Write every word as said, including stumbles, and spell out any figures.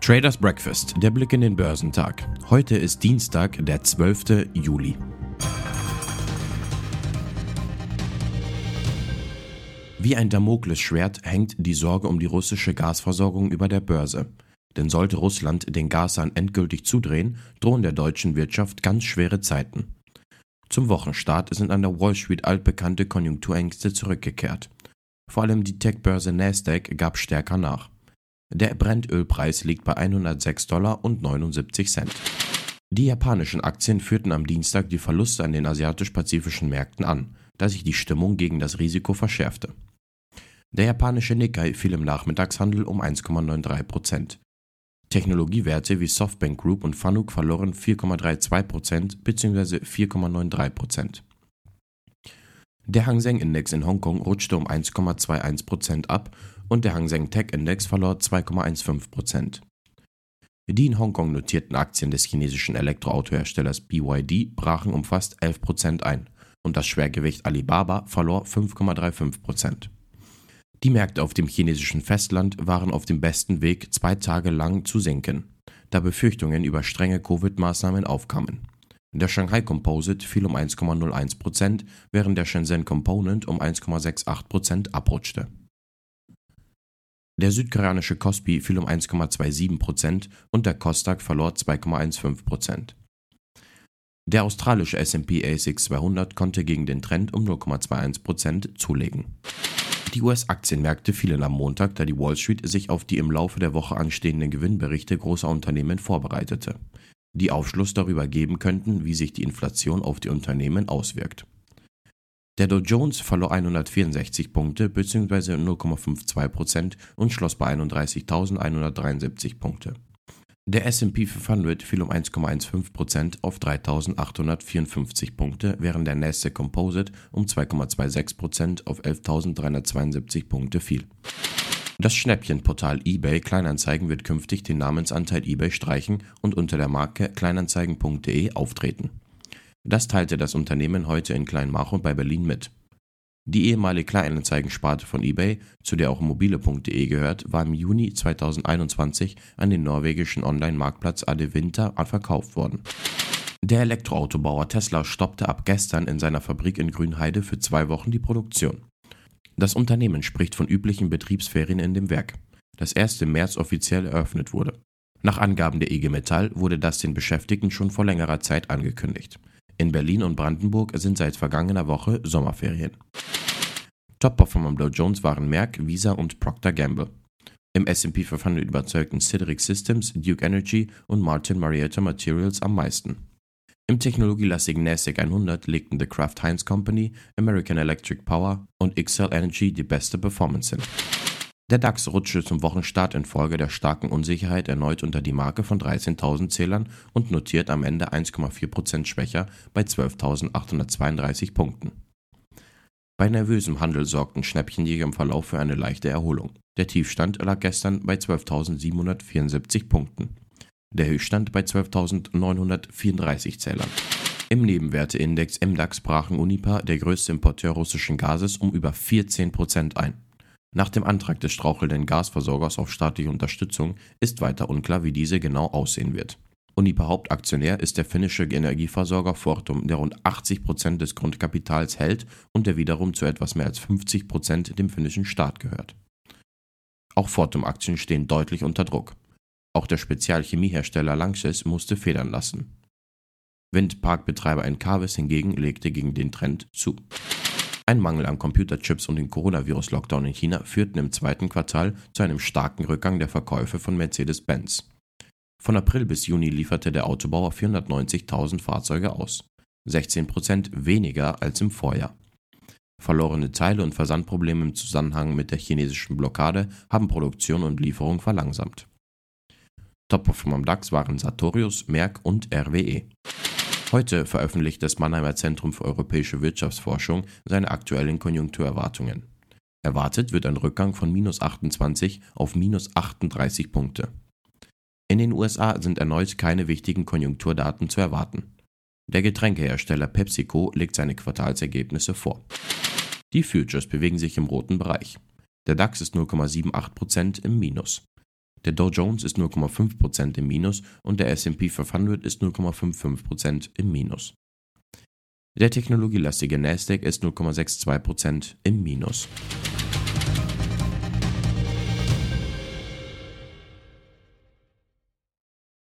Traders Breakfast, der Blick in den Börsentag. Heute ist Dienstag, der zwölfte Juli. Wie ein Damoklesschwert hängt die Sorge um die russische Gasversorgung über der Börse. Denn sollte Russland den Gashahn endgültig zudrehen, drohen der deutschen Wirtschaft ganz schwere Zeiten. Zum Wochenstart sind an der Wall Street altbekannte Konjunkturängste zurückgekehrt. Vor allem die Tech-Börse Nasdaq gab stärker nach. Der Brentölpreis liegt bei hundertsechs Dollar und neunundsiebzig Cent. Die japanischen Aktien führten am Dienstag die Verluste an den asiatisch-pazifischen Märkten an, da sich die Stimmung gegen das Risiko verschärfte. Der japanische Nikkei fiel im Nachmittagshandel um eins Komma dreiundneunzig Prozent. Technologiewerte wie Softbank Group und Fanuc verloren vier Komma zweiunddreißig Prozent bzw. vier Komma dreiundneunzig Prozent. Der Hang Seng Index in Hongkong rutschte um eins Komma einundzwanzig Prozent ab und der Hang Seng Tech Index verlor zwei Komma fünfzehn Prozent. Die in Hongkong notierten Aktien des chinesischen Elektroautoherstellers B Y D brachen um fast elf Prozent ein und das Schwergewicht Alibaba verlor fünf Komma fünfunddreißig Prozent. Die Märkte auf dem chinesischen Festland waren auf dem besten Weg, zwei Tage lang zu sinken, da Befürchtungen über strenge Covid-Maßnahmen aufkamen. Der Shanghai Composite fiel um eins Komma null eins Prozent, während der Shenzhen Component um eins Komma achtundsiebzig Prozent abrutschte. Der südkoreanische Kospi fiel um eins Komma siebenundzwanzig Prozent und der Kosdaq verlor zwei Komma fünfzehn Prozent. Der australische S and P A S X zweihundert konnte gegen den Trend um null Komma einundzwanzig Prozent zulegen. Die U S-Aktienmärkte fielen am Montag, da die Wall Street sich auf die im Laufe der Woche anstehenden Gewinnberichte großer Unternehmen vorbereitete, die Aufschluss darüber geben könnten, wie sich die Inflation auf die Unternehmen auswirkt. Der Dow Jones verlor hundertvierundsechzig Punkte bzw. null Komma zweiundfünfzig Prozent und schloss bei einunddreißigtausendeinhundertdreiundsiebzig Punkte. Der S and P fünfhundert fiel um eins Komma fünfzehn Prozent auf dreitausendachthundertvierundfünfzig Punkte, während der Nasdaq Composite um zwei Komma sechsundzwanzig Prozent auf elftausenddreihundertzweiundsiebzig Punkte fiel. Das Schnäppchenportal eBay Kleinanzeigen wird künftig den Namensanteil eBay streichen und unter der Marke kleinanzeigen punkt de auftreten. Das teilte das Unternehmen heute in Kleinmachnow bei Berlin mit. Die ehemalige Kleinanzeigensparte von eBay, zu der auch mobile punkt de gehört, war im Juni zweitausendeinundzwanzig an den norwegischen Online-Marktplatz Adevinta verkauft worden. Der Elektroautobauer Tesla stoppte ab gestern in seiner Fabrik in Grünheide für zwei Wochen die Produktion. Das Unternehmen spricht von üblichen Betriebsferien in dem Werk, das erst im März offiziell eröffnet wurde. Nach Angaben der I G Metall wurde das den Beschäftigten schon vor längerer Zeit angekündigt. In Berlin und Brandenburg sind seit vergangener Woche Sommerferien. Top-Performer am Dow Jones waren Merck, Visa und Procter Gamble. Im S and P fünfhundert überzeugten Cedric Systems, Duke Energy und Martin Marietta Materials am meisten. Im technologielastigen Nasdaq hundert legten The Kraft Heinz Company, American Electric Power und Xcel Energy die beste Performance hin. Der DAX rutschte zum Wochenstart infolge der starken Unsicherheit erneut unter die Marke von dreizehntausend Zählern und notiert am Ende eins Komma vier Prozent schwächer bei zwölftausendachthundertzweiunddreißig Punkten. Bei nervösem Handel sorgten Schnäppchenjäger im Verlauf für eine leichte Erholung. Der Tiefstand lag gestern bei zwölftausendsiebenhundertvierundsiebzig Punkten. Der Höchststand bei zwölftausendneunhundertvierunddreißig Zählern. Im Nebenwerteindex M DAX brachen Uniper, der größte Importeur russischen Gases, um über vierzehn Prozent ein. Nach dem Antrag des strauchelnden Gasversorgers auf staatliche Unterstützung ist weiter unklar, wie diese genau aussehen wird. Uniper Hauptaktionär ist der finnische Energieversorger Fortum, der rund achtzig Prozent des Grundkapitals hält und der wiederum zu etwas mehr als fünfzig Prozent dem finnischen Staat gehört. Auch Fortum-Aktien stehen deutlich unter Druck. Auch der Spezialchemiehersteller Lanxess musste federn lassen. Windparkbetreiber Encavis hingegen legte gegen den Trend zu. Ein Mangel an Computerchips und den Coronavirus-Lockdown in China führten im zweiten Quartal zu einem starken Rückgang der Verkäufe von Mercedes-Benz. Von April bis Juni lieferte der Autobauer vierhundertneunzigtausend Fahrzeuge aus, sechzehn Prozent weniger als im Vorjahr. Verlorene Teile und Versandprobleme im Zusammenhang mit der chinesischen Blockade haben Produktion und Lieferung verlangsamt. Top-Performer am DAX waren Sartorius, Merck und R W E. Heute veröffentlicht das Mannheimer Zentrum für europäische Wirtschaftsforschung seine aktuellen Konjunkturerwartungen. Erwartet wird ein Rückgang von minus achtundzwanzig auf minus achtunddreißig Punkte. In den U S A sind erneut keine wichtigen Konjunkturdaten zu erwarten. Der Getränkehersteller PepsiCo legt seine Quartalsergebnisse vor. Die Futures bewegen sich im roten Bereich. Der DAX ist null Komma achtzehn Prozent im Minus. Der Dow Jones ist null Komma fünf Prozent im Minus und der S und P fünfhundert ist null Komma fünfundfünfzig Prozent im Minus. Der technologielastige Nasdaq ist null Komma zweiundsechzig Prozent im Minus.